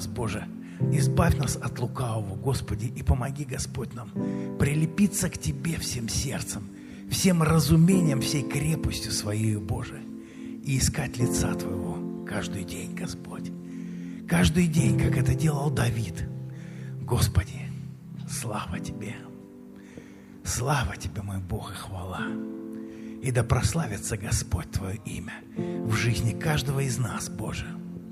нас, Боже, избавь нас от лукавого, Господи, и помоги, Господь, нам прилепиться к Тебе всем сердцем, всем разумением, всей крепостью Своей, Боже, и искать лица Твоего каждый день, Господь. Каждый день, как это делал Давид. Господи, слава Тебе! Слава Тебе, мой Бог, и хвала! И да прославится, Господь, Твое имя в жизни каждого из нас, Боже.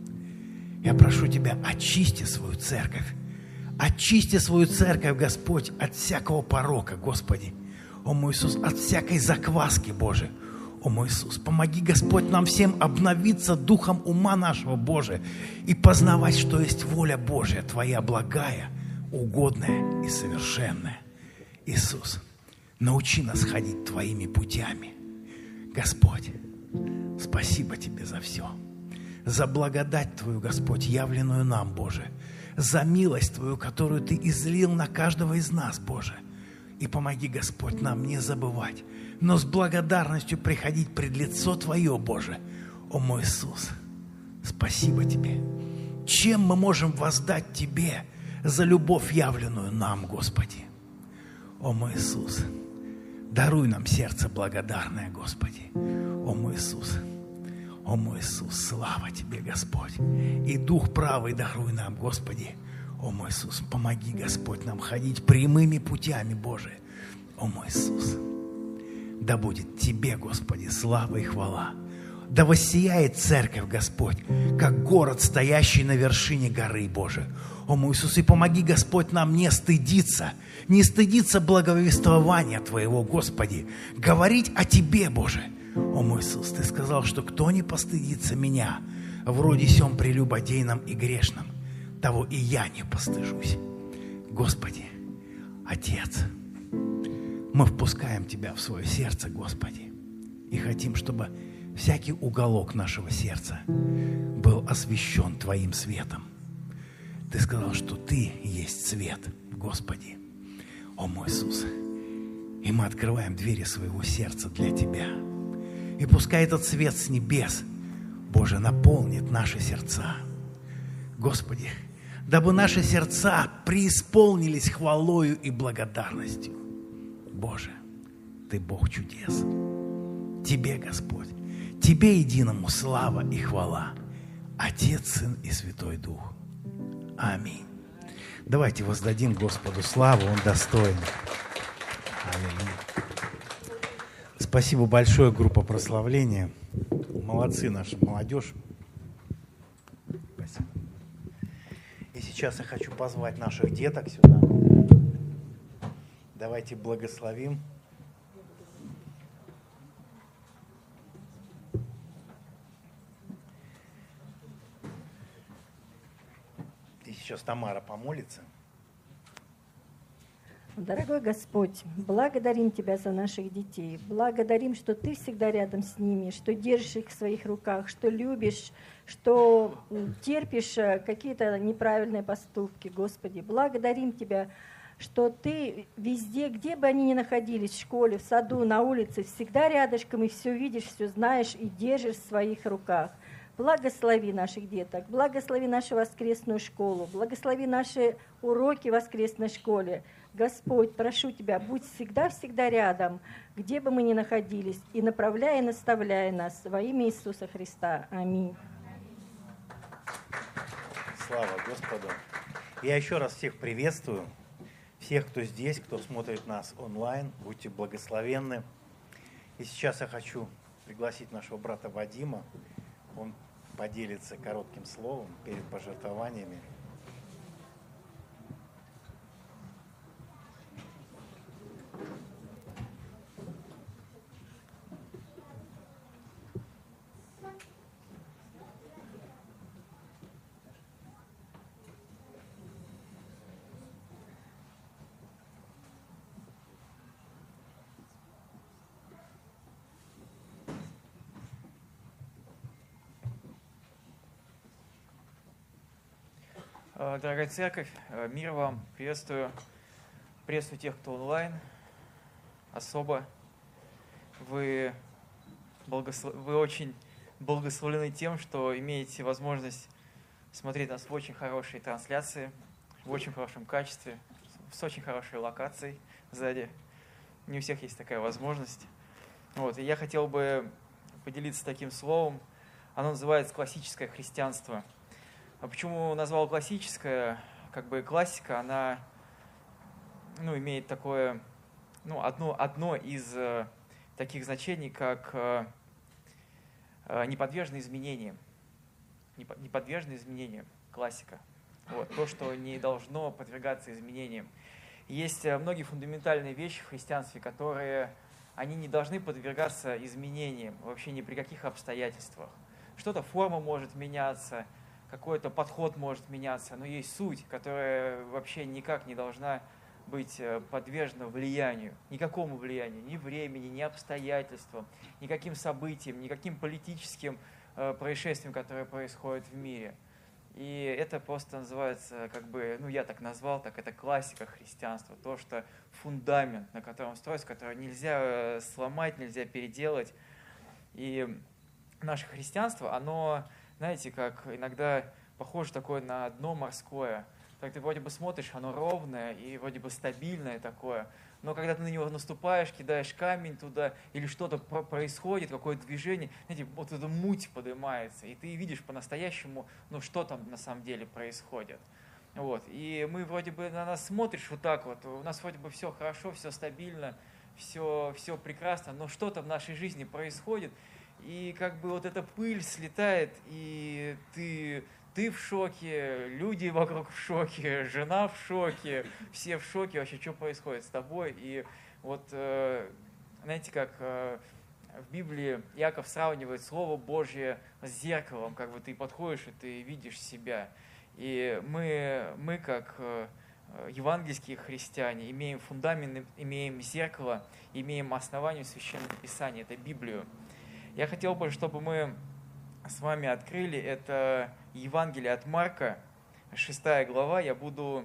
Я прошу Тебя, очисти свою церковь. Очисти свою церковь, Господь, от всякого порока, Господи. О, мой Иисус, от всякой закваски, Боже. О, мой Иисус, помоги, Господь, нам всем обновиться духом ума нашего, Боже, и познавать, что есть воля Божья, Твоя благая, угодная и совершенная. Иисус, научи нас ходить Твоими путями. Господь, спасибо Тебе за все. За благодать Твою, Господь, явленную нам, Боже. За милость Твою, которую Ты излил на каждого из нас, Боже. И помоги, Господь, нам не забывать, но с благодарностью приходить пред лицо Твое, Боже. О, мой Иисус, спасибо Тебе. Чем мы можем воздать Тебе за любовь, явленную нам, Господи? О, мой Иисус, даруй нам сердце благодарное, Господи. О, мой Иисус, слава Тебе, Господь. И Дух правый даруй нам, Господи. О, мой Иисус, помоги, Господь, нам ходить прямыми путями, Боже. О, мой Иисус, да будет Тебе, Господи, слава и хвала. Да воссияет церковь, Господь, как город, стоящий на вершине горы, Боже. О, мой Иисус, и помоги, Господь, нам не стыдиться благовествования Твоего, Господи, говорить о Тебе, Боже. О, мой Иисус, Ты сказал, что кто не постыдится Меня, вроде сем прелюбодейном и грешном, того и я не постыжусь. Господи, Отец, мы впускаем Тебя в свое сердце, Господи, и хотим, чтобы всякий уголок нашего сердца был освещен Твоим светом. Ты сказал, что Ты есть свет, Господи. О, мой Иисус, и мы открываем двери своего сердца для Тебя. И пускай этот свет с небес, Боже, наполнит наши сердца. Господи, дабы наши сердца преисполнились хвалою и благодарностью. Боже, Ты Бог чудес. Тебе, Господь, Тебе единому слава и хвала, Отец, Сын и Святой Дух. Аминь. Давайте воздадим Господу славу, Он достоин. Аллилуйя. Спасибо большое, группа прославления. Молодцы наша молодежь. Спасибо. И сейчас я хочу позвать наших деток сюда. Давайте благословим. И сейчас Тамара помолится. Дорогой Господь, благодарим Тебя за наших детей. Благодарим, что Ты всегда рядом с ними, что держишь их в своих руках, что любишь, что терпишь какие-то неправильные поступки, Господи. Благодарим Тебя, что Ты везде, где бы они ни находились, в школе, в саду, на улице, всегда рядышком и все видишь, все знаешь и держишь в своих руках. Благослови наших деток, благослови нашу воскресную школу, благослови наши уроки в воскресной школе. Господь, прошу Тебя, будь всегда-всегда рядом, где бы мы ни находились, и направляй и наставляй нас во имя Иисуса Христа. Аминь. Слава Господу. Я еще раз всех приветствую, всех, кто здесь, кто смотрит нас онлайн, будьте благословенны. И сейчас я хочу пригласить нашего брата Вадима, он поделится коротким словом перед пожертвованиями. Дорогая церковь, мир вам, приветствую тех, кто онлайн. Особо вы очень благословлены тем, что имеете возможность смотреть нас в очень хорошей трансляции, в очень хорошем качестве, с очень хорошей локацией сзади. Не у всех есть такая возможность. Вот. И я хотел бы поделиться таким словом. Оно называется классическое христианство. А почему назвал классическое? Как бы классика, она имеет такое, одно из таких значений, как неподверженное изменениям. Неподверженное изменениям. Классика. Вот. То, что не должно подвергаться изменениям. Есть многие фундаментальные вещи в христианстве, которые они не должны подвергаться изменениям вообще ни при каких обстоятельствах. Что-то форма может меняться, какой-то подход может меняться, но есть суть, которая вообще никак не должна быть подвержена влиянию, никакому влиянию, ни времени, ни обстоятельствам, никаким событиям, никаким политическим происшествиям, которые происходят в мире. И это просто называется, я так назвал, так это классика христианства, то, что фундамент, на котором строится, который нельзя сломать, нельзя переделать. И наше христианство, оно, знаете, как иногда похоже такое на дно морское. Так ты вроде бы смотришь, оно ровное и вроде бы стабильное такое, но когда ты на него наступаешь, кидаешь камень туда, или что-то происходит, какое-то движение, знаете, вот эта муть поднимается, и ты видишь по-настоящему, что там на самом деле происходит. Вот. И мы вроде бы на нас смотришь вот так вот, у нас вроде бы все хорошо, все стабильно, все прекрасно, но что-то в нашей жизни происходит, и вот эта пыль слетает, и ты в шоке, люди вокруг в шоке, жена в шоке, все в шоке вообще, что происходит с тобой. И вот, знаете, как в Библии Иаков сравнивает Слово Божье с зеркалом, ты подходишь и ты видишь себя. И мы как евангельские христиане, имеем фундамент, имеем зеркало, имеем основание Священного Писания, это Библию. Я хотел бы, чтобы мы с вами открыли это Евангелие от Марка, 6 глава. Я буду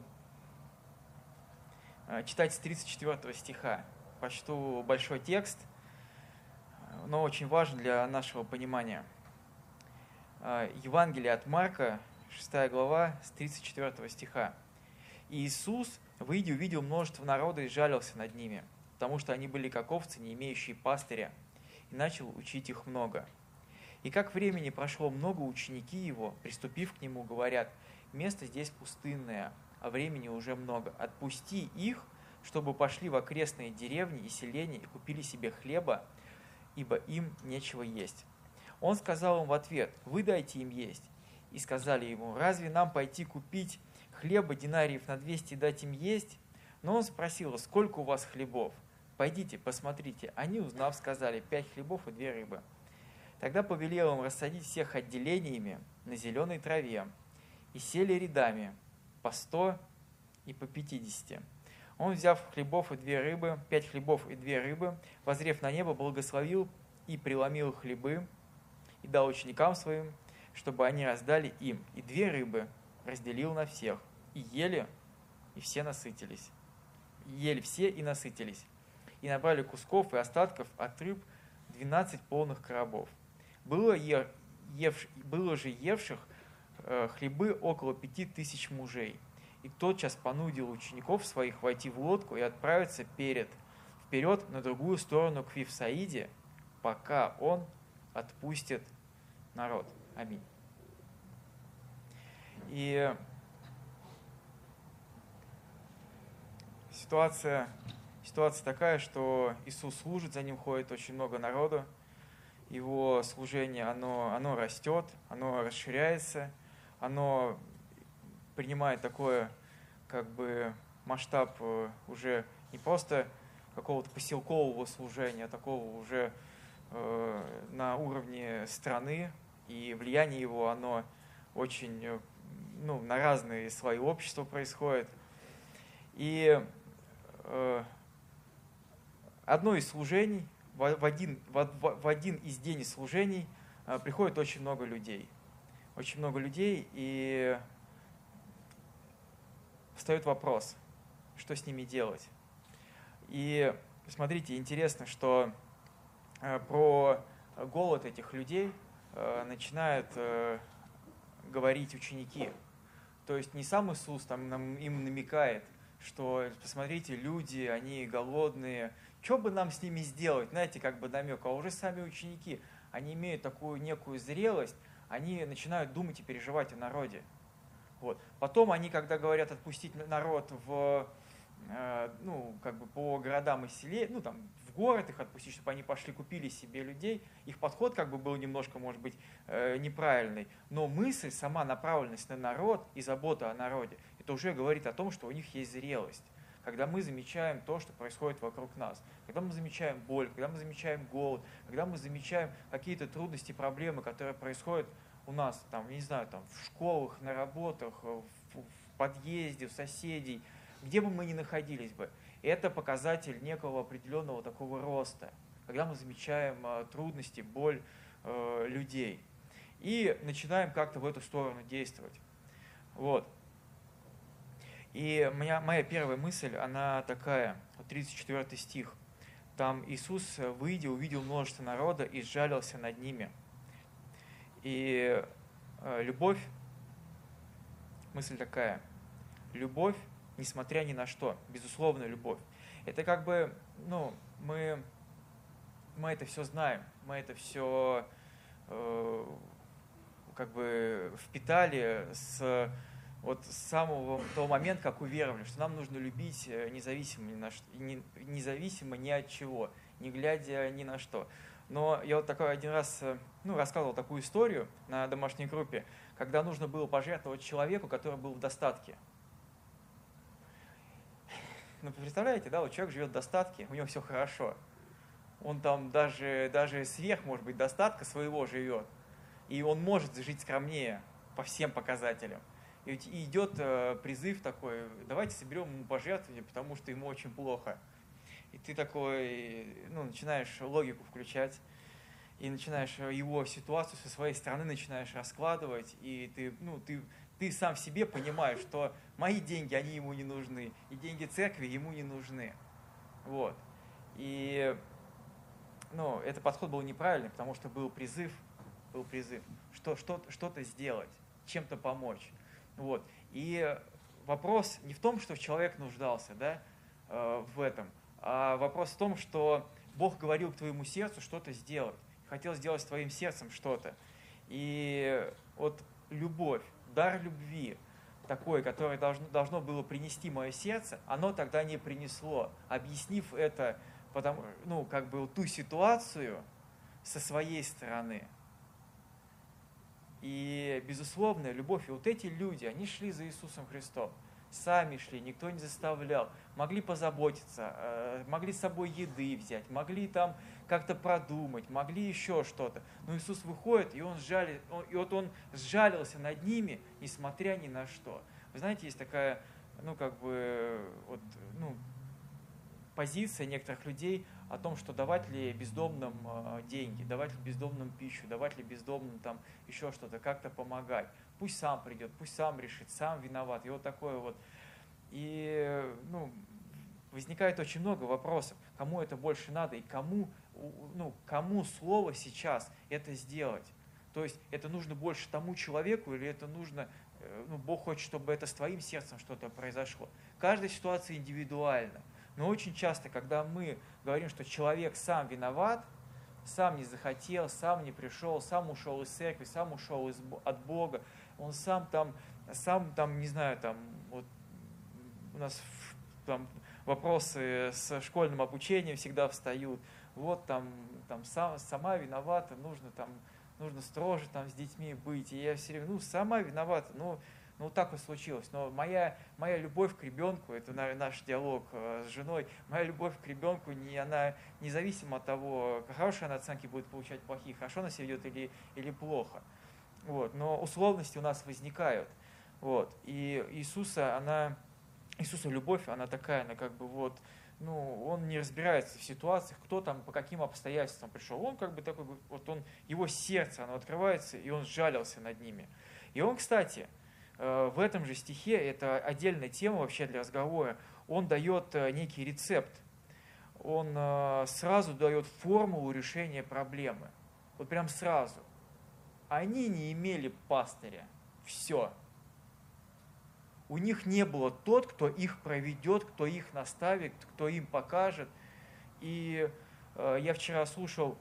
читать с 34 стиха. Прочту большой текст, но очень важен для нашего понимания. Евангелие от Марка, 6 глава, с 34 стиха. «И Иисус, выйдя, увидел множество народа и жалился над ними, потому что они были как овцы, не имеющие пастыря, и начал учить их много. И как времени прошло много, ученики его, приступив к нему, говорят: место здесь пустынное, а времени уже много. Отпусти их, чтобы пошли в окрестные деревни и селения и купили себе хлеба, ибо им нечего есть. Он сказал им в ответ: вы дайте им есть. И сказали ему: разве нам пойти купить хлеба динариев на 200 и дать им есть? Но он спросил: сколько у вас хлебов? Пойдите, посмотрите. Они, узнав, сказали: 5 хлебов и 2 рыбы. Тогда повелел им рассадить всех отделениями на зеленой траве, и сели рядами, по 100 и по 50. Он, взяв хлебов и 2 рыбы, 5 хлебов и 2 рыбы, воззрев на небо, благословил и преломил хлебы, и дал ученикам своим, чтобы они раздали им, и 2 рыбы разделил на всех. И ели, и все насытились. Ели все и насытились. И набрали кусков и остатков от рыб 12 полных коробов. Было же евших хлебы около 5000 мужей. И тотчас понудил учеников своих войти в лодку и отправиться вперед на другую сторону к Вифсаиде, пока он отпустит народ. Аминь. И ситуация такая, что Иисус служит, за ним ходит очень много народу. Его служение, оно растет, оно расширяется, оно принимает такой масштаб уже не просто какого-то поселкового служения, а такого уже на уровне страны, и влияние его, оно очень, на разные слои общества происходит. И одно из служений, в один из дней служений приходит очень много людей. Очень много людей, и встает вопрос, что с ними делать. И смотрите, интересно, что про голод этих людей начинает говорить ученики. То есть не сам Иисус там им намекает, что, посмотрите, люди, они голодные, что бы нам с ними сделать, знаете, как бы намек, а уже сами ученики, они имеют такую некую зрелость, они начинают думать и переживать о народе. Вот. Потом они, когда говорят отпустить народ как бы по городам и селе, там, в город их отпустить, чтобы они пошли купили себе людей, их подход как бы был немножко, может быть, неправильный, но мысль, сама направленность на народ и забота о народе, это уже говорит о том, что у них есть зрелость. Когда мы замечаем то, что происходит вокруг нас, когда мы замечаем боль, когда мы замечаем голод, когда мы замечаем какие-то трудности, проблемы, которые происходят у нас, там, не знаю, там, в школах, на работах, в подъезде, у соседей, где бы мы ни находились бы, это показатель некого определенного такого роста, когда мы замечаем трудности, боль людей и начинаем как-то в эту сторону действовать. Вот. И моя первая мысль, она такая, 34 стих. Там Иисус, выйдя, увидел множество народа и сжалился над ними. И любовь, мысль такая, любовь, несмотря ни на что, безусловная любовь. Это как бы, мы это все знаем, мы это все как бы впитали с самого того момента, как уверовали, что нам нужно любить независимо ни от чего, не глядя ни на что. Но я такой один раз рассказывал такую историю на домашней группе, когда нужно было пожертвовать человеку, который был в достатке. Представляете, да, человек живет в достатке, у него все хорошо. Он там даже сверх, может быть, достатка своего живет. И он может жить скромнее по всем показателям. И идет призыв такой, давайте соберем ему пожертвования, потому что ему очень плохо. И ты такой, начинаешь логику включать, и начинаешь его ситуацию со своей стороны начинаешь раскладывать, и ты сам в себе понимаешь, что мои деньги, они ему не нужны, и деньги церкви ему не нужны. Вот. И этот подход был неправильный, потому что был призыв, что-то сделать, чем-то помочь. Вот. И вопрос не в том, что человек нуждался, да, в этом, а вопрос в том, что Бог говорил к твоему сердцу что-то сделать, хотел сделать с твоим сердцем что-то. И любовь, дар любви, такой, который должно было принести мое сердце, оно тогда не принесло, объяснив это, ту ситуацию со своей стороны. И, безусловно, любовь. И эти люди, они шли за Иисусом Христом. Сами шли, никто не заставлял. Могли позаботиться, могли с собой еды взять, могли там как-то продумать, могли еще что-то. Но Иисус выходит, и Он сжалился над ними, несмотря ни на что. Вы знаете, есть такая, позиция некоторых людей о том, что давать ли бездомным деньги, давать ли бездомным пищу, давать ли бездомным там еще что-то, как-то помогать. Пусть сам придет, пусть сам решит, сам виноват. И такое вот. И возникает очень много вопросов, кому это больше надо и кому слово сейчас это сделать. То есть это нужно больше тому человеку или это нужно, Бог хочет, чтобы это с твоим сердцем что-то произошло. Каждая ситуация индивидуальна. Но очень часто, когда мы говорим, что человек сам виноват, сам не захотел, сам не пришел, сам ушел из церкви, сам ушел от Бога, он сам не знаю, у нас там вопросы с школьным обучением всегда встают, сама виновата, нужно строже с детьми быть, и я все время, сама виновата, так вот случилось. Но моя любовь к ребенку, это, наверное, наш диалог с женой, моя любовь к ребенку, она независимо от того, хорошие она оценки будет получать, плохие, хорошо она себя ведет или плохо. Вот. Но условности у нас возникают. Вот. И Иисуса любовь, она такая, он не разбирается в ситуациях, кто там, по каким обстоятельствам пришел. Он такой, его сердце, оно открывается, и он сжалился над ними. И он, кстати, в этом же стихе, это отдельная тема вообще для разговора, он дает некий рецепт, он сразу дает формулу решения проблемы. Прям сразу. Они не имели пастыря. Все. У них не было тот, кто их проведет, кто их наставит, кто им покажет. И я вчера слушал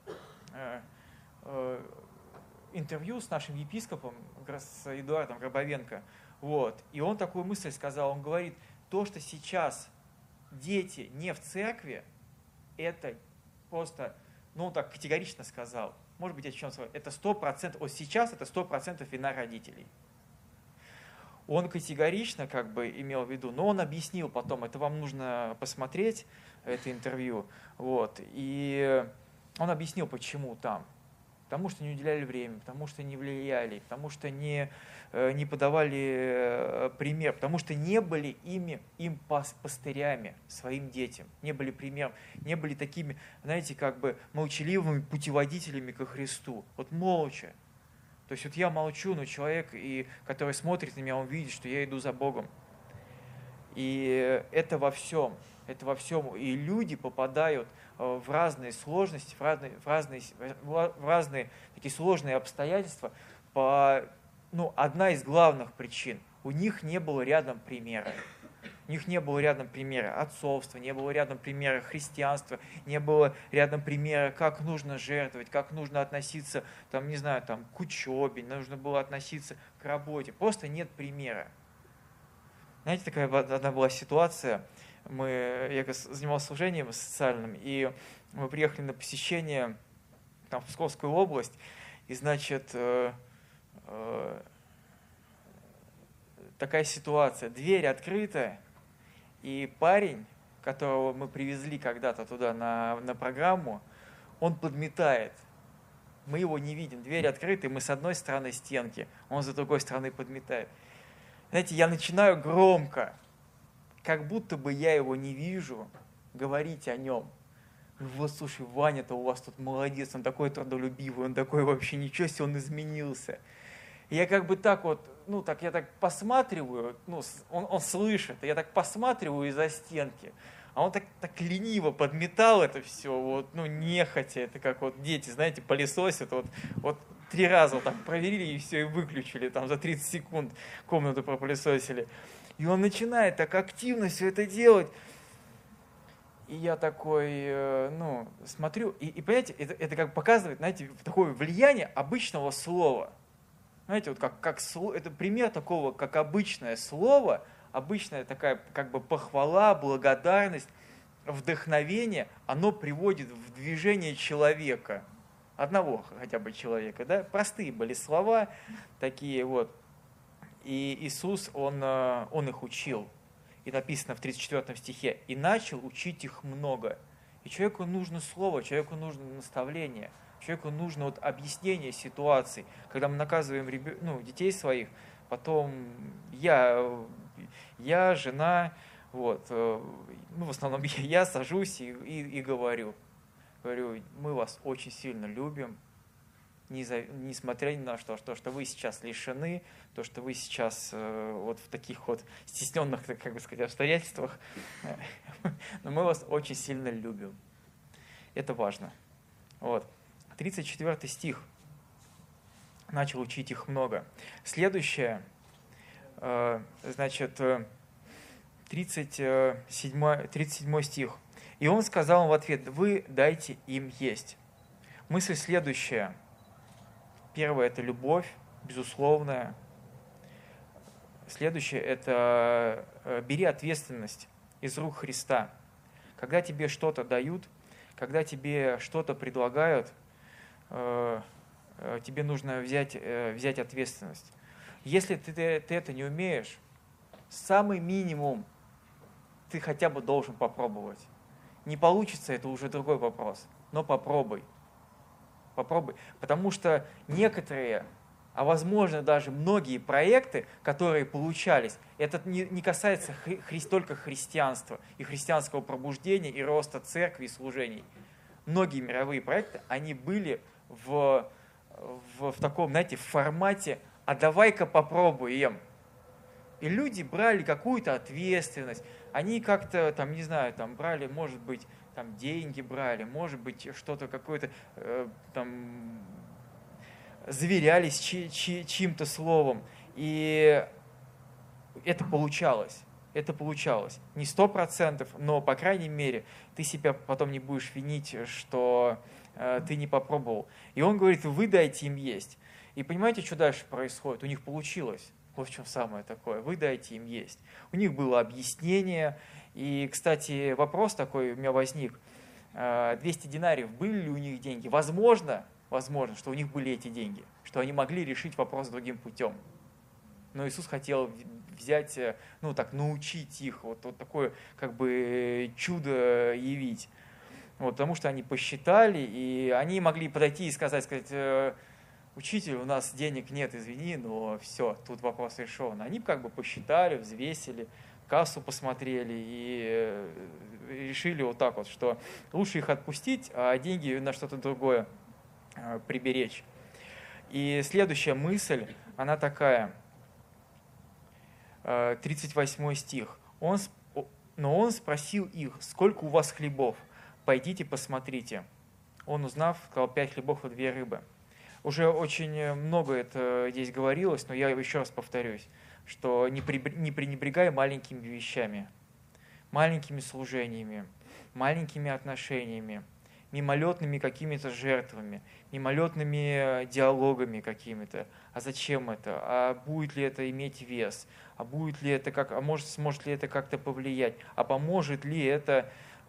интервью с нашим епископом, с Эдуардом Гробовенко. Вот. И он такую мысль сказал, он говорит, то, что сейчас дети не в церкви, это просто, ну он так категорично сказал, может быть, я чем сказал, это 100%, вот сейчас это 100% вина родителей. Он категорично как бы имел в виду, но он объяснил потом, это вам нужно посмотреть, это интервью, вот, и он объяснил, почему там. Потому что не уделяли время, потому что не влияли, потому что не подавали пример, потому что не были им пастырями, своим детям, не были примером, не были такими, знаете, как бы молчаливыми путеводителями ко Христу. Вот молча. То есть вот я молчу, но человек, который смотрит на меня, он видит, что я иду за Богом. И это во всем. И люди попадают в разные сложности, в разные такие сложные обстоятельства. Одна из главных причин. У них не было рядом примера. У них не было рядом примера отцовства, не было рядом примера христианства, не было рядом примера, как нужно жертвовать, как нужно относиться, к учебе, нужно было относиться к работе. Просто нет примера. Знаете, такая одна была ситуация. Я занимался служением социальным, и мы приехали на посещение в Псковскую область, и, такая ситуация. Дверь открыта, и парень, которого мы привезли когда-то туда на программу, он подметает. Мы его не видим. Дверь открыта, и мы с одной стороны стенки, он с другой стороны подметает. Знаете, я начинаю громко, как будто бы я его не вижу, говорить о нем. Вот, слушай, Ваня-то у вас тут молодец, он такой трудолюбивый, он такой вообще, ничего себе, он изменился. И я как бы я так посматриваю, он слышит, я так посматриваю из-за стенки, а он так лениво подметал это все, нехотя, это как дети, знаете, пылесосят, 3 раза так проверили и все, и выключили, за 30 секунд комнату пропылесосили. И он начинает так активно все это делать. И я такой, смотрю, и понимаете, это как показывает, знаете, такое влияние обычного слова. Знаете, это пример такого, как обычное слово, обычная такая как бы похвала, благодарность, вдохновение, оно приводит в движение человека, одного хотя бы человека, да, простые были слова такие вот. И Иисус, Он их учил. И написано в 34 стихе, и начал учить их много. И человеку нужно слово, человеку нужно наставление, человеку нужно объяснение ситуаций. Когда мы наказываем детей своих, потом я жена, в основном я сажусь и говорю, мы вас очень сильно любим, несмотря ни на что вы сейчас лишены, то, что вы сейчас в таких стесненных, обстоятельствах, но мы вас очень сильно любим. Это важно. 34 стих. Начал учить их много. Следующее, 37 стих. И он сказал им в ответ, вы дайте им есть. Мысль следующая. Первое – это любовь, безусловная. Следующее – это бери ответственность из рук Христа. Когда тебе что-то дают, когда тебе что-то предлагают, тебе нужно взять ответственность. Если ты это не умеешь, самый минимум ты хотя бы должен попробовать. Не получится, это уже другой вопрос, но попробуй. Попробуй. Потому что некоторые, а возможно даже многие проекты, которые получались, это не касается только христианства и христианского пробуждения и роста церкви и служений. Многие мировые проекты, они были в таком, знаете, в формате «а давай-ка попробуем». И люди брали какую-то ответственность, они как-то, брали, может быть, деньги брали, может быть, что-то какое-то, заверялись чьим-то словом, и это получалось. Это получалось. Не 100%, но, по крайней мере, ты себя потом не будешь винить, что ты не попробовал. И он говорит, вы дайте им есть. И понимаете, что дальше происходит? У них получилось. Вот в чем самое такое. Вы дайте им есть. У них было объяснение. И, кстати, вопрос такой у меня возник. 200 динариев, были ли у них деньги? Возможно, что у них были эти деньги, что они могли решить вопрос другим путем. Но Иисус хотел взять, научить их, вот такое как бы чудо явить. Вот, потому что они посчитали, и они могли подойти и сказать, учитель, у нас денег нет, извини, но все, тут вопрос решен. Они как бы посчитали, взвесили, кассу посмотрели и решили вот так вот, что лучше их отпустить, а деньги на что-то другое приберечь. И следующая мысль, она такая, 38 стих. Но он спросил их, сколько у вас хлебов? Пойдите посмотрите. Он, узнав, сказал, 5 хлебов и 2 рыбы. Уже очень много это здесь говорилось, но я еще раз повторюсь, что не пренебрегай маленькими вещами, маленькими служениями, маленькими отношениями, мимолетными какими-то жертвами, мимолетными диалогами какими-то. А зачем это? А будет ли это иметь вес? А будет ли это сможет ли это как-то повлиять? А поможет ли это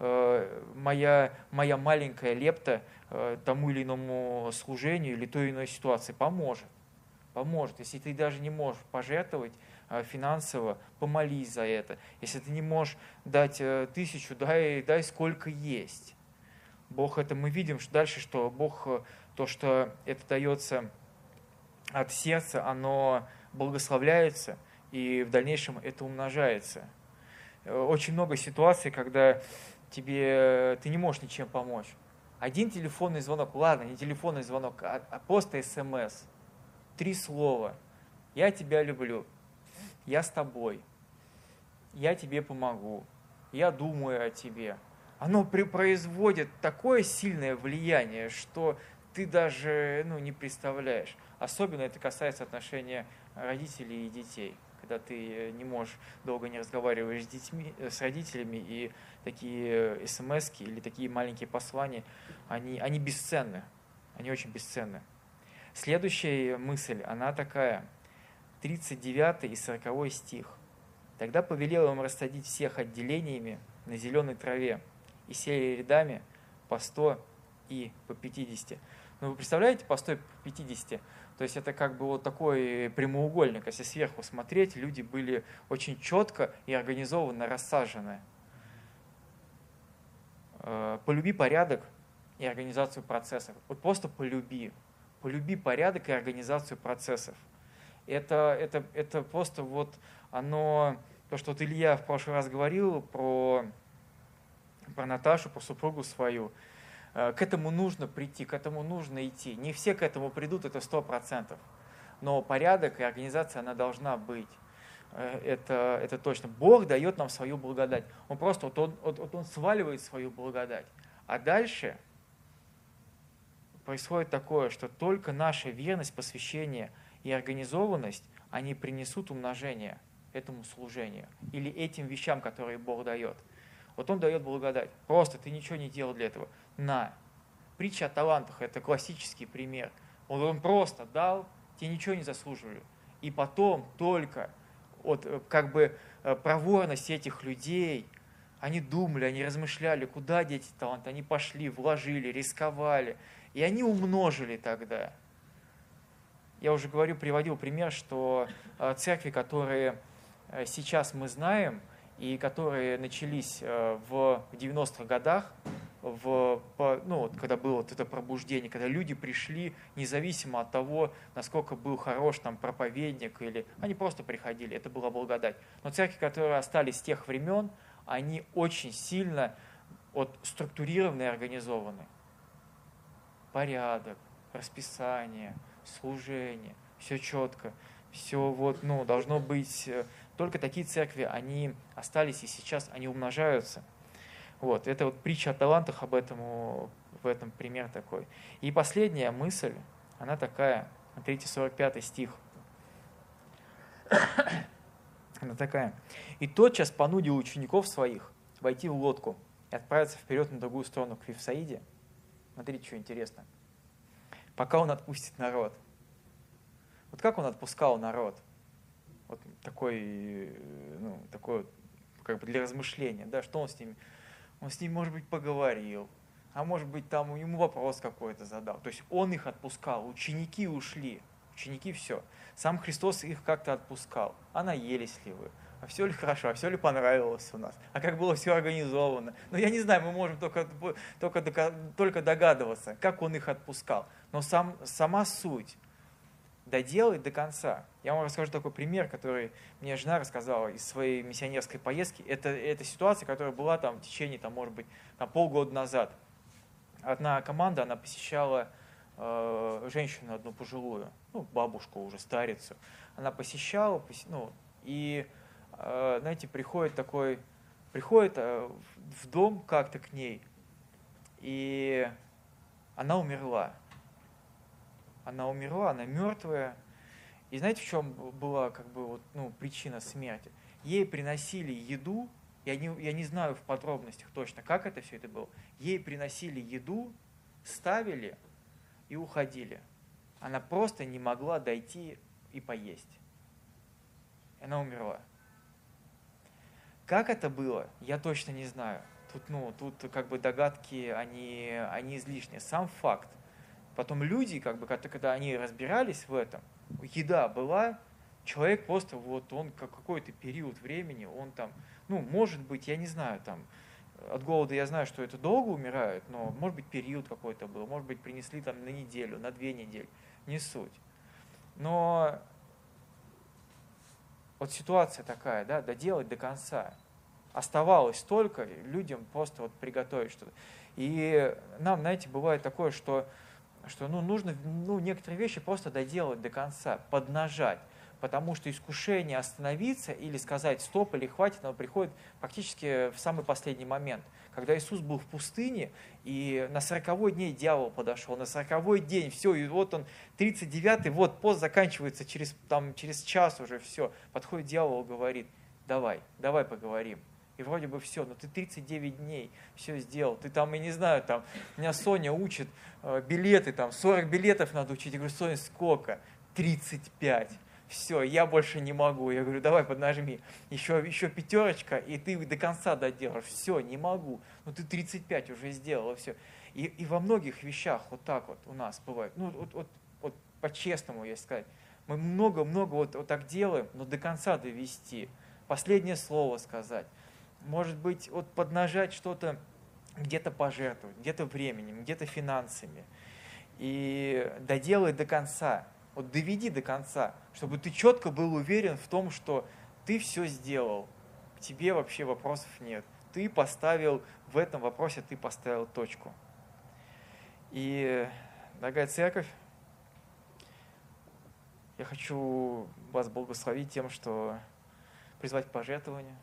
моя маленькая лепта тому или иному служению или той или иной ситуации? Поможет. Поможет. Если ты даже не можешь пожертвовать финансово, помолись за это. Если ты не можешь дать 1000, дай сколько есть. Бог это мы видим дальше, что Бог, то, что это дается от сердца, оно благословляется, и в дальнейшем это умножается. Очень много ситуаций, когда ты не можешь ничем помочь. Один телефонный звонок, ладно, не телефонный звонок, а просто СМС. 3 слова. Я тебя люблю. Я с тобой. Я тебе помогу. Я думаю о тебе. Оно производит такое сильное влияние, что ты даже не представляешь. Особенно это касается отношения родителей и детей. Когда ты не можешь, долго не разговариваешь с родителями, и такие смски или такие маленькие послания, они бесценны. Они очень бесценны. Следующая мысль, она такая, 39 и 40 стих. «Тогда повелел им рассадить всех отделениями на зеленой траве, и сели рядами по 100 и по 50. Вы представляете, по 100 и по 50? То есть это как бы вот такой прямоугольник. Если сверху смотреть, люди были очень четко и организованно рассажены. Полюби порядок и организацию процессов. Вот просто полюби. Полюби порядок и организацию процессов. Это просто вот оно, то, что вот Илья в прошлый раз говорил про Наташу, про супругу свою. К этому нужно прийти, к этому нужно идти. Не все к этому придут, это 100%. Но порядок и организация, она должна быть. Это точно. Бог дает нам свою благодать. Он просто, он сваливает свою благодать. А дальше происходит такое, что только наша верность, посвящение и организованность, они принесут умножение этому служению или этим вещам, которые Бог дает. Вот Он дает благодать. Просто ты ничего не делал для этого. На. Притча о талантах – это классический пример. Он просто дал, тебе ничего не заслуживали. И потом только как бы проворность этих людей, они думали, они размышляли, куда деть эти таланты. Они пошли, вложили, рисковали. И они умножили тогда. Я уже приводил пример, что церкви, которые сейчас мы знаем, и которые начались в 90-х годах, когда было вот это пробуждение, когда люди пришли, независимо от того, насколько был хорош там проповедник, или они просто приходили, это была благодать. Но церкви, которые остались с тех времен, они очень сильно структурированы и организованы. Порядок, расписание, служение, все четко, все должно быть. Только такие церкви, они остались и сейчас они умножаются. Это притча о талантах в этом пример такой. И последняя мысль, она такая, Смотрите, 45 стих. Она такая. «И тотчас понудил учеников своих войти в лодку и отправиться вперед на другую сторону к Вифсаиде». Смотрите, что интересно. Пока он отпустит народ. Вот как он отпускал народ? Вот такой, такой как бы для размышления, да, что он с ними? Он с ними, может быть, поговорил, а может быть, там ему вопрос какой-то задал. То есть он их отпускал, ученики ушли, ученики все. Сам Христос их как-то отпускал. А наелись ли вы? А все ли хорошо? А все ли понравилось у нас? А как было все организовано? Ну, я не знаю, мы можем только догадываться, как он их отпускал. Но сама суть доделать до конца. Я вам расскажу такой пример, который мне жена рассказала из своей миссионерской поездки. Это ситуация, которая была там в течение, может быть, полгода назад. Одна команда, она посещала женщину одну пожилую, бабушку уже, старицу. Она посещала, и, знаете, приходит в дом как-то к ней, и она умерла. Она мертвая. И знаете, в чем была причина смерти? Ей приносили еду, я не знаю в подробностях точно, как это все это было. Ей приносили еду, ставили и уходили. Она просто не могла дойти и поесть. Она умерла. Как это было, я точно не знаю. Тут догадки, они излишние. Сам факт. Потом люди, когда они разбирались в этом, еда была, человек просто, он какой-то период времени, он там, может быть, я не знаю, от голода я знаю, что это долго умирают, но, может быть, период какой-то был, может быть, принесли на неделю, на 2 недели, не суть. Но ситуация такая, да, доделать до конца. Оставалось только людям просто приготовить что-то. И нам, знаете, бывает такое, что нужно некоторые вещи просто доделать до конца, поднажать, потому что искушение остановиться или сказать стоп или хватит, оно приходит практически в самый последний момент. Когда Иисус был в пустыне, и на 40-й день дьявол подошел, на 40-й день, все, и он 39-й, пост заканчивается через час уже, все, подходит дьявол и говорит, давай поговорим. И вроде бы все, но ты 39 дней все сделал. Ты я не знаю, меня Соня учит билеты, 40 билетов надо учить. Я говорю, Соня, сколько? 35. Все, я больше не могу. Я говорю, давай поднажми. Еще 5, и ты до конца доделаешь. Все, не могу. Ну ты 35 уже сделала, все. И во многих вещах так у нас бывает. По-честному, если сказать. Мы много так делаем, но до конца довести. Последнее слово сказать. Может быть, поднажать что-то, где-то пожертвовать, где-то временем, где-то финансами. И доделай до конца, доведи до конца, чтобы ты четко был уверен в том, что ты все сделал. К тебе вообще вопросов нет. Ты поставил в этом вопросе, ты поставил точку. И, дорогая церковь, я хочу вас благословить тем, что призвать к пожертвованию.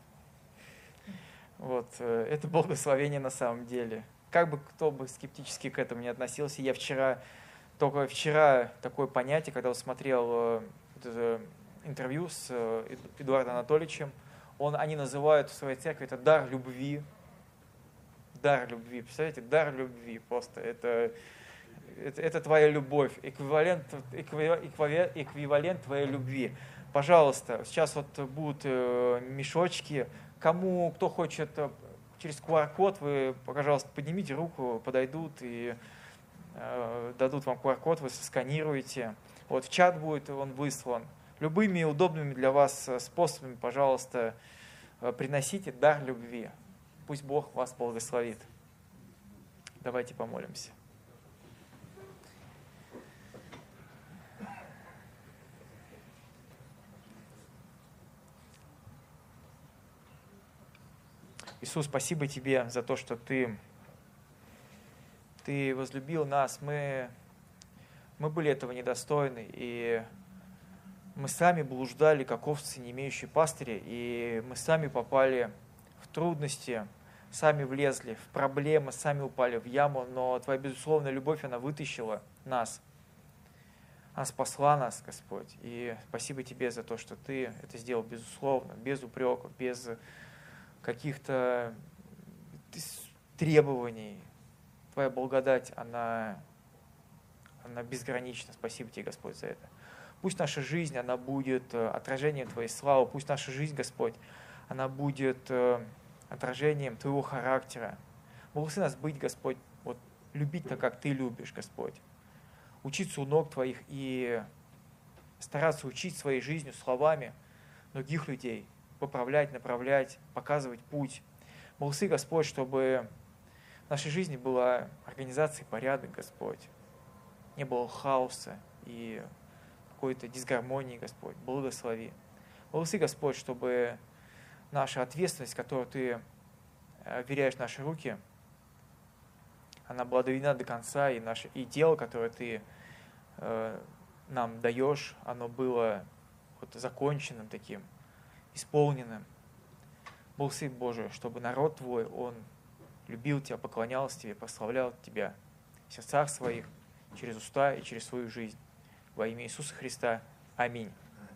Это благословение на самом деле. Как бы кто бы скептически к этому не относился, я только вчера такое понятие, когда смотрел интервью с Эдуардом Анатольевичем, они называют в своей церкви это дар любви. Дар любви, представляете, дар любви просто. Это твоя любовь, эквивалент твоей любви. Пожалуйста, сейчас будут мешочки. Кто хочет через QR-код, вы, пожалуйста, поднимите руку, подойдут и дадут вам QR-код, вы сосканируете. В чат будет он выслан. Любыми удобными для вас способами, пожалуйста, приносите дар любви. Пусть Бог вас благословит. Давайте помолимся. Иисус, спасибо Тебе за то, что Ты возлюбил нас. Мы были этого недостойны, и мы сами блуждали, как овцы, не имеющие пастыря, и мы сами попали в трудности, сами влезли в проблемы, сами упали в яму, но Твоя безусловная любовь, она вытащила нас. Она спасла нас, Господь. И спасибо Тебе за то, что Ты это сделал безусловно, без упреков, без каких-то требований. Твоя благодать, она безгранична. Спасибо Тебе, Господь, за это. Пусть наша жизнь, она будет отражением Твоей славы. Пусть наша жизнь, Господь, она будет отражением Твоего характера. Благослови нас быть, Господь, вот, любить так, как Ты любишь, Господь. Учиться у ног Твоих и стараться учить своей жизнью, словами других людей, поправлять, направлять, показывать путь. Благослови, Господь, чтобы в нашей жизни была организация и порядок, Господь. Не было хаоса и какой-то дисгармонии, Господь. Благослови. Благослови, Господь, чтобы наша ответственность, которую Ты вверяешь в наши руки, она была доведена до конца, и дело, которое Ты нам даешь, оно было вот законченным таким, исполненным. Благослови, Боже, чтобы народ Твой, он любил Тебя, поклонялся Тебе, прославлял Тебя в сердцах своих, через уста и через свою жизнь. Во имя Иисуса Христа. Аминь.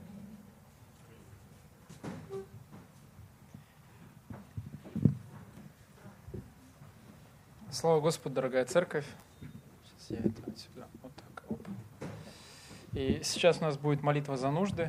Слава Господу, дорогая церковь. Сейчас я это отсюда, вот так. Оп. И сейчас у нас будет молитва за нужды.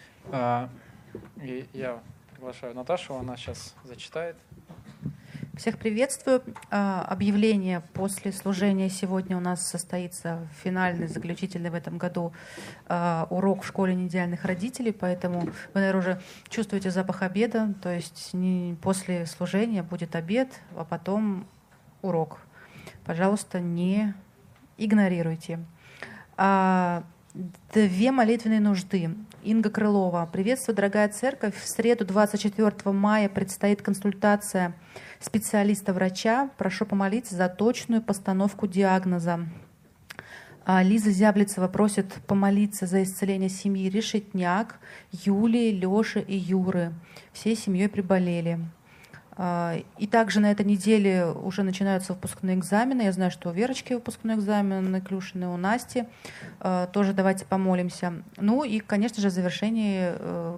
И я приглашаю Наташу, она сейчас зачитает. Всех приветствую. Объявление после служения сегодня у нас состоится финальный, заключительный в этом году урок в школе неидеальных родителей, поэтому вы, наверное, уже чувствуете запах обеда, то есть после служения будет обед, а потом урок. Пожалуйста, не игнорируйте. 2 молитвенные нужды. Инга Крылова. Приветствую, дорогая церковь. В среду 24 мая предстоит консультация специалиста-врача. Прошу помолиться за точную постановку диагноза. Лиза Зяблицева просит помолиться за исцеление семьи Решетняк, Юлии, Леши и Юры. Всей семьей приболели. И также на этой неделе уже начинаются выпускные экзамены. Я знаю, что у Верочки выпускной экзамен, у Клюшиной, у Насти. Тоже давайте помолимся. Ну и, конечно же, в завершении